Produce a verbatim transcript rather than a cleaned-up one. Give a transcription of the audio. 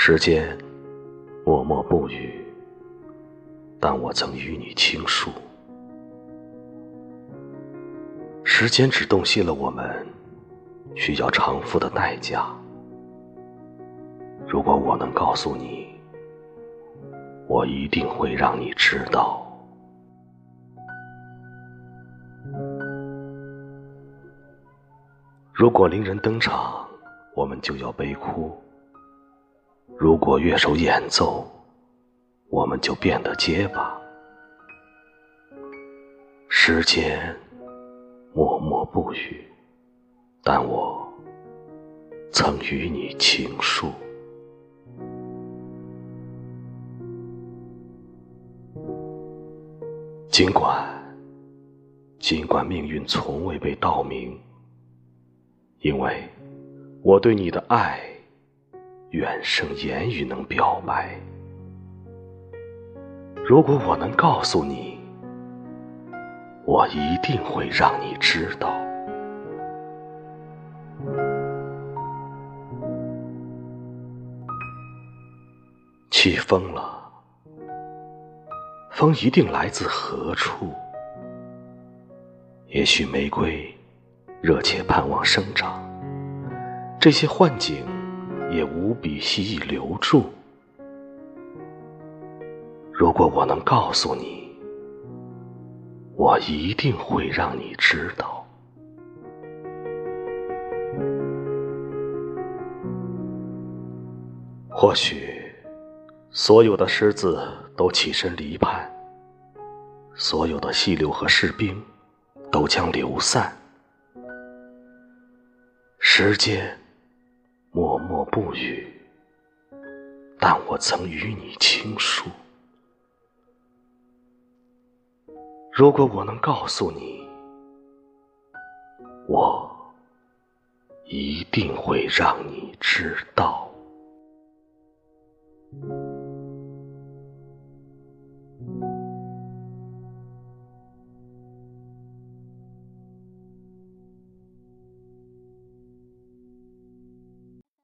时间默默不语，但我曾与你倾诉。时间只洞悉了我们需要偿付的代价。如果我能告诉你，我一定会让你知道。如果伶人登场，我们就要悲哭；如果乐手演奏，我们就变得结巴。时间默默不语，但我曾与你倾诉。尽管尽管命运从未被道明，因为我对你的爱远胜言语能表白。如果我能告诉你，我一定会让你知道。起风了，风一定来自何处？也许玫瑰热切盼望生长，这些幻景也无比希冀留住。如果我能告诉你，我一定会让你知道。或许所有的狮子都起身离叛，所有的溪流和士兵都将流散。时间默默不语，但我曾与你倾诉。如果我能告诉你，我一定会让你知道。